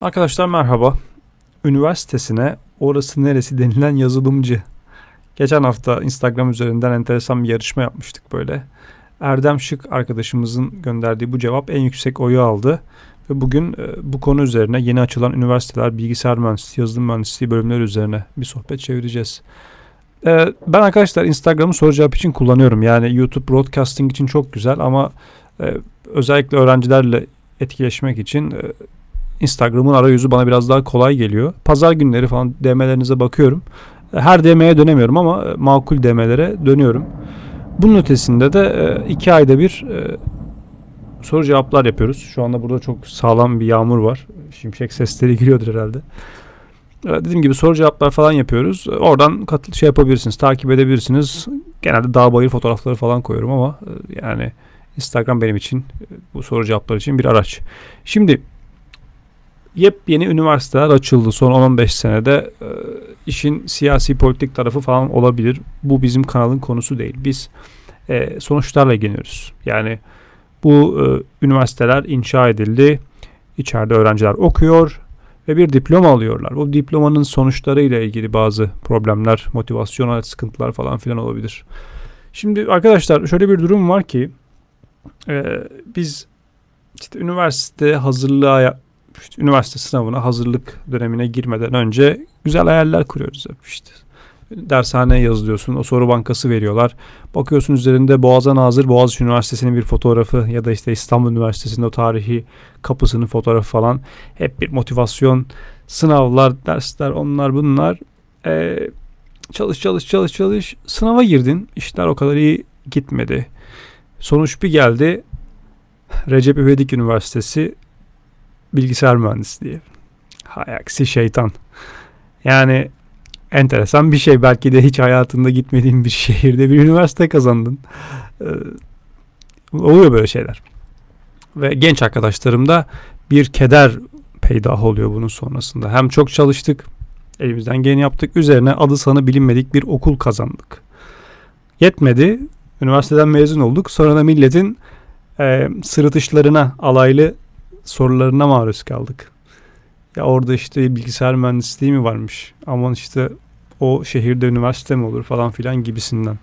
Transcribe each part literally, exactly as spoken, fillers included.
Arkadaşlar merhaba. Üniversitesine orası neresi denilen yazılımcı. Geçen hafta Instagram üzerinden enteresan bir yarışma yapmıştık böyle. Erdem Şık arkadaşımızın gönderdiği bu cevap en yüksek oyu aldı. Ve bugün e, bu konu üzerine yeni açılan üniversiteler, bilgisayar mühendisliği, yazılım mühendisliği bölümleri üzerine bir sohbet çevireceğiz. E, ben arkadaşlar Instagram'ı soru cevap için kullanıyorum. Yani YouTube broadcasting için çok güzel ama e, özellikle öğrencilerle etkileşmek için e, Instagram'ın arayüzü bana biraz daha kolay geliyor. Pazar günleri falan D M'lerinize bakıyorum. Her D M'ye dönemiyorum ama makul D M'lere dönüyorum. Bunun ötesinde de iki ayda bir soru cevaplar yapıyoruz. Şu anda burada çok sağlam bir yağmur var. Şimşek sesleri giriyordur herhalde. Dediğim gibi soru cevaplar falan yapıyoruz. Oradan katıl şey yapabilirsiniz, takip edebilirsiniz. Genelde dağ bayır fotoğrafları falan koyuyorum ama yani Instagram benim için bu soru cevaplar için bir araç. Şimdi yepyeni üniversiteler açıldı son on on beş senede. E, işin siyasi politik tarafı falan olabilir. Bu bizim kanalın konusu değil. Biz e, sonuçlarla ilgileniyoruz. Yani bu e, üniversiteler inşa edildi. İçeride öğrenciler okuyor ve bir diploma alıyorlar. Bu diplomanın sonuçlarıyla ilgili bazı problemler, motivasyonel sıkıntılar falan filan olabilir. Şimdi arkadaşlar şöyle bir durum var ki e, biz işte üniversite hazırlığa İşte üniversite sınavına hazırlık dönemine girmeden önce güzel hayaller kuruyoruz hep işte. Dershaneye yazılıyorsun, o soru bankası veriyorlar. Bakıyorsun üzerinde Boğaz'a nazır Boğaziçi Üniversitesi'nin bir fotoğrafı ya da işte İstanbul Üniversitesi'nin o tarihi kapısının fotoğrafı falan. Hep bir motivasyon, sınavlar, dersler, onlar bunlar. Ee, çalış çalış çalış çalış. Sınava girdin, işler o kadar iyi gitmedi. Sonuç bir geldi. Recep İvedik Üniversitesi bilgisayar mühendisliği. Hay aksi şeytan. Yani enteresan bir şey. Belki de hiç hayatında gitmediğin bir şehirde bir üniversite kazandın. Ee, oluyor böyle şeyler. Ve genç arkadaşlarımda bir keder peydah oluyor bunun sonrasında. Hem çok çalıştık, elimizden geleni yaptık. Üzerine adı sanı bilinmedik bir okul kazandık. Yetmedi. Üniversiteden mezun olduk. Sonra da milletin e, sırıtışlarına, alaylı sorularına maruz kaldık. Ya orada işte bilgisayar mühendisliği mi varmış? Aman işte o şehirde üniversite mi olur falan filan gibisinden.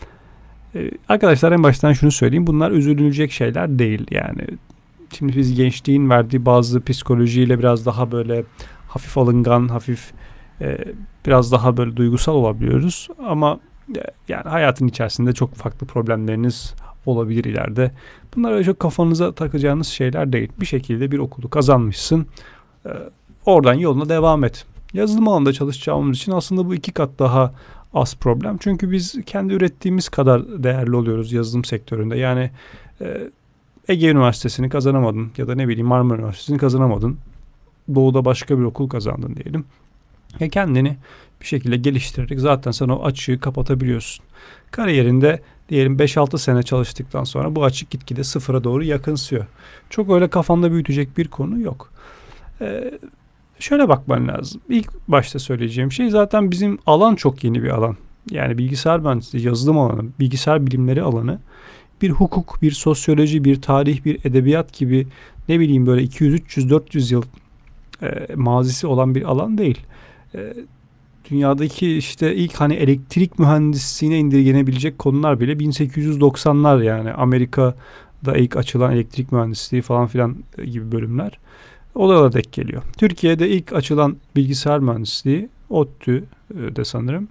Ee, arkadaşlar en baştan şunu söyleyeyim. Bunlar üzülünecek şeyler değil yani. Şimdi biz gençliğin verdiği bazı psikolojiyle biraz daha böyle hafif alıngan, hafif e, biraz daha böyle duygusal olabiliyoruz. Ama e, yani hayatın içerisinde çok farklı problemleriniz olabilir ileride. Bunlar öyle çok kafanıza takacağınız şeyler değil. Bir şekilde bir okulu kazanmışsın. Ee, oradan yoluna devam et. Yazılım alanında çalışacağımız için aslında bu iki kat daha az problem. Çünkü biz kendi ürettiğimiz kadar değerli oluyoruz yazılım sektöründe. Yani e, Ege Üniversitesi'ni kazanamadın ya da ne bileyim Marmara Üniversitesi'ni kazanamadın. Doğu'da başka bir okul kazandın diyelim. Ve kendini bir şekilde geliştirerek zaten sen o açığı kapatabiliyorsun. Kariyerinde diyelim beş altı sene çalıştıktan sonra bu açık gitgide sıfıra doğru yakınsıyor. Çok öyle kafanda büyütecek bir konu yok. Ee, şöyle bakman lazım. İlk başta söyleyeceğim şey zaten bizim alan çok yeni bir alan. Yani bilgisayar mühendisliği, yazılım alanı, bilgisayar bilimleri alanı bir hukuk, bir sosyoloji, bir tarih, bir edebiyat gibi ne bileyim böyle iki yüz üç yüz dört yüz yıl e, mazisi olan bir alan değil. E, dünyadaki işte ilk hani elektrik mühendisliğine indirgenebilecek konular bile bin sekiz yüz doksanlar yani Amerika'da ilk açılan elektrik mühendisliği falan filan gibi bölümler oralara denk geliyor. Türkiye'de ilk açılan bilgisayar mühendisliği ODTÜ'de sanırım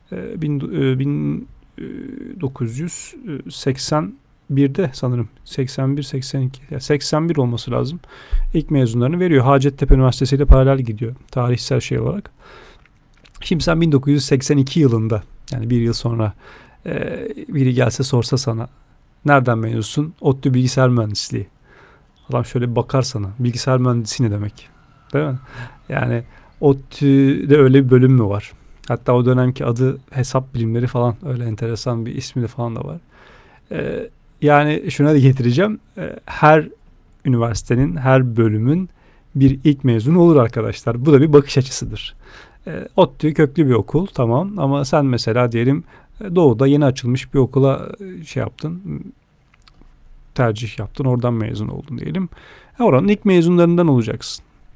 bin dokuz yüz seksen birde sanırım seksen bir seksen iki yani seksen bir olması lazım. İlk mezunlarını veriyor. Hacettepe Üniversitesi ile paralel gidiyor tarihsel şey olarak. Şimdi sen bin dokuz yüz seksen iki yılında yani bir yıl sonra e, biri gelse sorsa sana nereden mezunsun? ODTÜ Bilgisayar Mühendisliği. Adam şöyle bir bakar sana. Bilgisayar mühendisi ne demek? Değil mi? Yani ODTÜ'de öyle bir bölüm mü var? Hatta o dönemki adı hesap bilimleri falan öyle enteresan bir ismi de falan da var. Ee, yani şuna da getireceğim. Ee, her üniversitenin, her bölümün bir ilk mezunu olur arkadaşlar. Bu da bir bakış açısıdır. E, ODTÜ köklü bir okul tamam ama sen mesela diyelim Doğu'da yeni açılmış bir okula şey yaptın, tercih yaptın, oradan mezun oldun diyelim. E, oranın ilk mezunlarından olacaksın.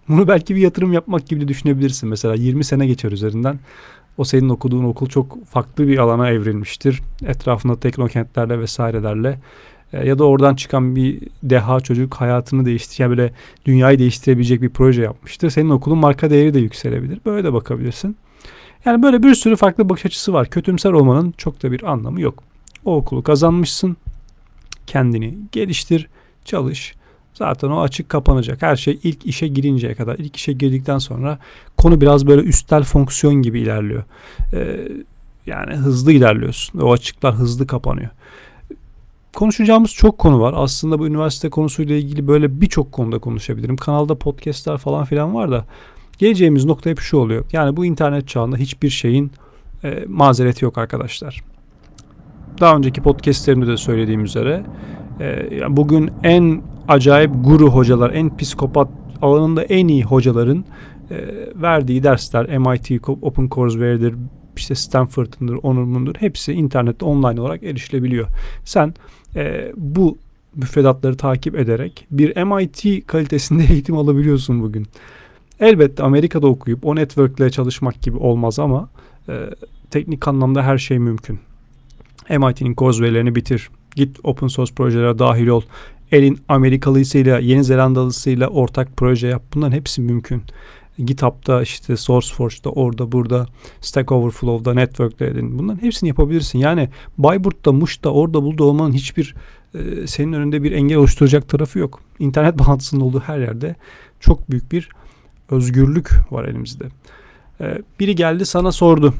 Bunu belki bir yatırım yapmak gibi de düşünebilirsin. Mesela yirmi sene geçer üzerinden. O senin okuduğun okul çok farklı bir alana evrilmiştir. Etrafında teknokentlerle vesairelerle. E, ya da oradan çıkan bir deha çocuk hayatını değiştir, ya böyle dünyayı değiştirebilecek bir proje yapmıştır. Senin okulun marka değeri de yükselebilir. Böyle de bakabilirsin. Yani böyle bir sürü farklı bakış açısı var. Kötümser olmanın çok da bir anlamı yok. O okulu kazanmışsın. Kendini geliştir, çalış. Zaten o açık kapanacak. Her şey ilk işe girinceye kadar. İlk işe girdikten sonra konu biraz böyle üstel fonksiyon gibi ilerliyor. Ee, yani hızlı ilerliyorsun. O açıklar hızlı kapanıyor. Konuşacağımız çok konu var. Aslında bu üniversite konusuyla ilgili böyle birçok konuda konuşabilirim. Kanalda podcastler falan filan var da geleceğimiz nokta hep şu oluyor. Yani bu internet çağında hiçbir şeyin e, mazereti yok arkadaşlar. Daha önceki podcastlerimde de söylediğim üzere e, bugün en acayip guru hocalar, en psikopat alanında en iyi hocaların e, verdiği dersler M I T, OpenCourseware'dir, işte Stanford'ındır, onurmundur, hepsi internette online olarak erişilebiliyor. Sen e, bu müfredatları takip ederek bir M I T kalitesinde eğitim alabiliyorsun bugün. Elbette Amerika'da okuyup o network'le çalışmak gibi olmaz ama e, teknik anlamda her şey mümkün. M I T'nin courseway'lerini bitir. Git open source projelere dahil ol. Elin Amerikalısıyla, Yeni Zelandalısıyla ortak proje yap. Bunların hepsi mümkün. GitHub'da, işte SourceForge'da, orada burada, Stack Overflow'da, Network'te edin. Bunların hepsini yapabilirsin. Yani Bayburt'ta, Muş'ta, orada burada olmanın hiçbir e, senin önünde bir engel oluşturacak tarafı yok. İnternet bağlantısının olduğu her yerde çok büyük bir özgürlük var elimizde. E, biri geldi sana sordu.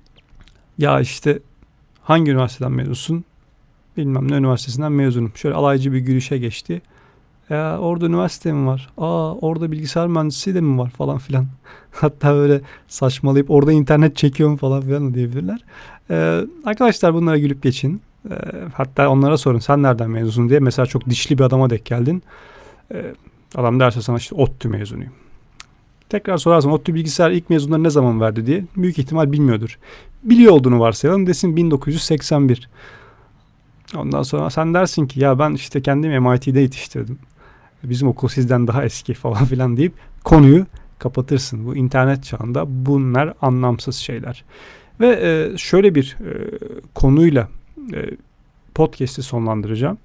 Ya işte hangi üniversiteden mezunsun? Bilmem ne üniversitesinden mezunum. Şöyle alaycı bir gülüşe geçti. Ya orada üniversite mi var? Aa orada bilgisayar mühendisliği de mi var falan filan. Hatta böyle saçmalayıp orada internet çekiyor mu falan filan diyebilirler. Ee, arkadaşlar bunlara gülüp geçin. Ee, hatta onlara sorun sen nereden mezunsun diye. Mesela çok dişli bir adama denk geldin. Ee, adam derse sana işte ODTÜ mezunuyum. Tekrar sorarsan ODTÜ bilgisayar ilk mezunları ne zaman verdi diye büyük ihtimal bilmiyordur. Biliyor olduğunu varsayalım, desin bin dokuz yüz seksen bir. Ondan sonra sen dersin ki ya ben işte kendimi M I T'de yetiştirdim. Bizim okul sizden daha eski falan filan deyip konuyu kapatırsın. Bu internet çağında bunlar anlamsız şeyler. Ve e, şöyle bir e, konuyla e, podcast'i sonlandıracağım.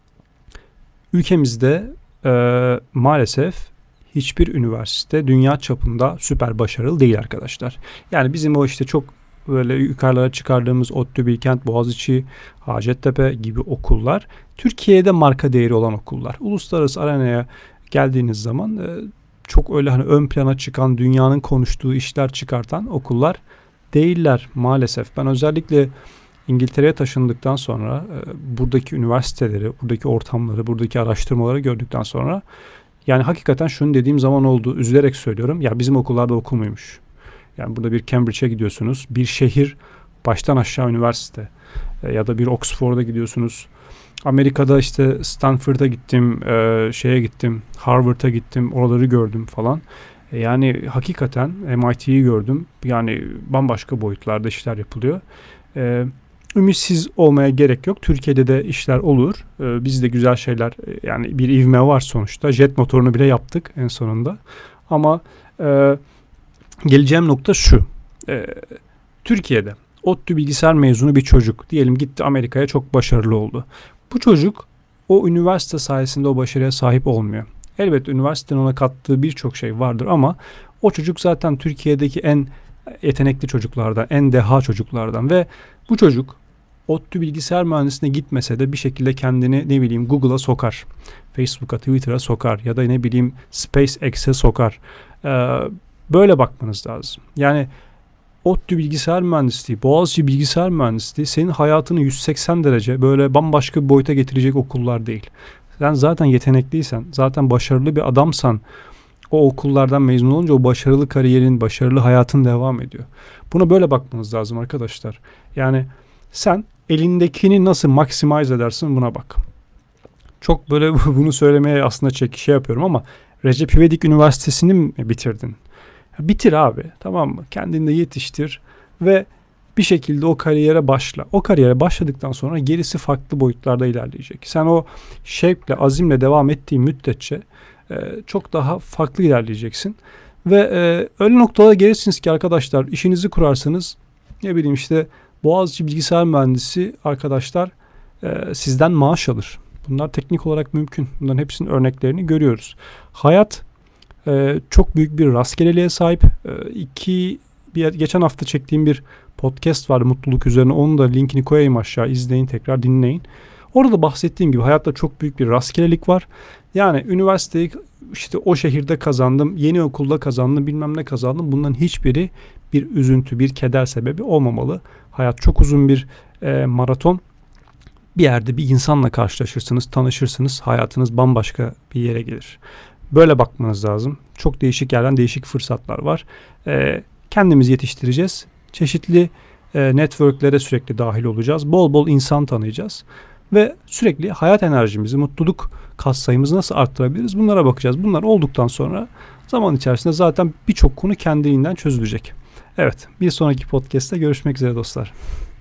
Ülkemizde e, maalesef hiçbir üniversite dünya çapında süper başarılı değil arkadaşlar. Yani bizim o işte çok böyle yukarılara çıkardığımız ODTÜ, Bilkent, Boğaziçi, Hacettepe gibi okullar Türkiye'de marka değeri olan okullar. Uluslararası arenaya geldiğiniz zaman e, çok öyle hani ön plana çıkan, dünyanın konuştuğu işler çıkartan okullar değiller maalesef. Ben özellikle İngiltere'ye taşındıktan sonra e, buradaki üniversiteleri, buradaki ortamları, buradaki araştırmaları gördükten sonra yani hakikaten şunu dediğim zaman oldu. Üzülerek söylüyorum. Ya bizim okullarda okumuymuş. Yani burada bir Cambridge'e gidiyorsunuz. Bir şehir baştan aşağı üniversite. E, ya da bir Oxford'a gidiyorsunuz. Amerika'da işte Stanford'a gittim, e, şeye gittim, Harvard'a gittim, oraları gördüm falan. E, yani hakikaten M I T'yi gördüm. Yani bambaşka boyutlarda işler yapılıyor. E, ümitsiz olmaya gerek yok. Türkiye'de de işler olur. E, bizde güzel şeyler, e, yani bir ivme var sonuçta. Jet motorunu bile yaptık en sonunda. Ama e, geleceğim nokta şu. Ee, Türkiye'de ODTÜ bilgisayar mezunu bir çocuk diyelim gitti Amerika'ya, çok başarılı oldu. Bu çocuk o üniversite sayesinde o başarıya sahip olmuyor. Elbette üniversitenin ona kattığı birçok şey vardır ama o çocuk zaten Türkiye'deki en yetenekli çocuklardan, en deha çocuklardan ve bu çocuk ODTÜ bilgisayar mühendisliğine gitmese de bir şekilde kendini ne bileyim Google'a sokar, Facebook'a, Twitter'a sokar ya da ne bileyim SpaceX'e sokar. Ee, Böyle bakmanız lazım. Yani ODTÜ bilgisayar mühendisliği, Boğaziçi bilgisayar mühendisliği senin hayatını yüz seksen derece böyle bambaşka bir boyuta getirecek okullar değil. Sen zaten yetenekliysen, zaten başarılı bir adamsan o okullardan mezun olunca o başarılı kariyerin, başarılı hayatın devam ediyor. Buna böyle bakmanız lazım arkadaşlar. Yani sen elindekini nasıl maximize edersin buna bak. Çok böyle bunu söylemeye aslında çek şey yapıyorum ama Recep İvedik Üniversitesi'ni mi bitirdin? Bitir abi, tamam mı? Kendini de yetiştir ve bir şekilde o kariyere başla. O kariyere başladıktan sonra gerisi farklı boyutlarda ilerleyecek. Sen o şevkle, azimle devam ettiğin müddetçe e, çok daha farklı ilerleyeceksin. Ve e, öyle noktalara gelirsiniz ki arkadaşlar, işinizi kurarsanız, ne bileyim işte Boğaziçi bilgisayar mühendisi arkadaşlar e, sizden maaş alır. Bunlar teknik olarak mümkün. Bunların hepsinin örneklerini görüyoruz. Hayat e, çok büyük bir rastgeleliğe sahip. E, iki bir geçen hafta çektiğim bir podcast var mutluluk üzerine. Onun da linkini koyayım aşağı. İzleyin, tekrar dinleyin. Orada da bahsettiğim gibi hayatta çok büyük bir rastgelelik var. Yani üniversiteyi işte o şehirde kazandım, yeni okulda kazandım, bilmem ne kazandım. Bunların hiçbiri bir üzüntü, bir keder sebebi olmamalı. Hayat çok uzun bir e, maraton. Bir yerde bir insanla karşılaşırsınız, tanışırsınız, hayatınız bambaşka bir yere gelir. Böyle bakmanız lazım. Çok değişik yerden değişik fırsatlar var. E, kendimizi yetiştireceğiz. Çeşitli e, networklere sürekli dahil olacağız. Bol bol insan tanıyacağız. Ve sürekli hayat enerjimizi, mutluluk katsayımızı nasıl arttırabiliriz? Bunlara bakacağız. Bunlar olduktan sonra zaman içerisinde zaten birçok konu kendiliğinden çözülecek. Evet, bir sonraki podcast'te görüşmek üzere dostlar.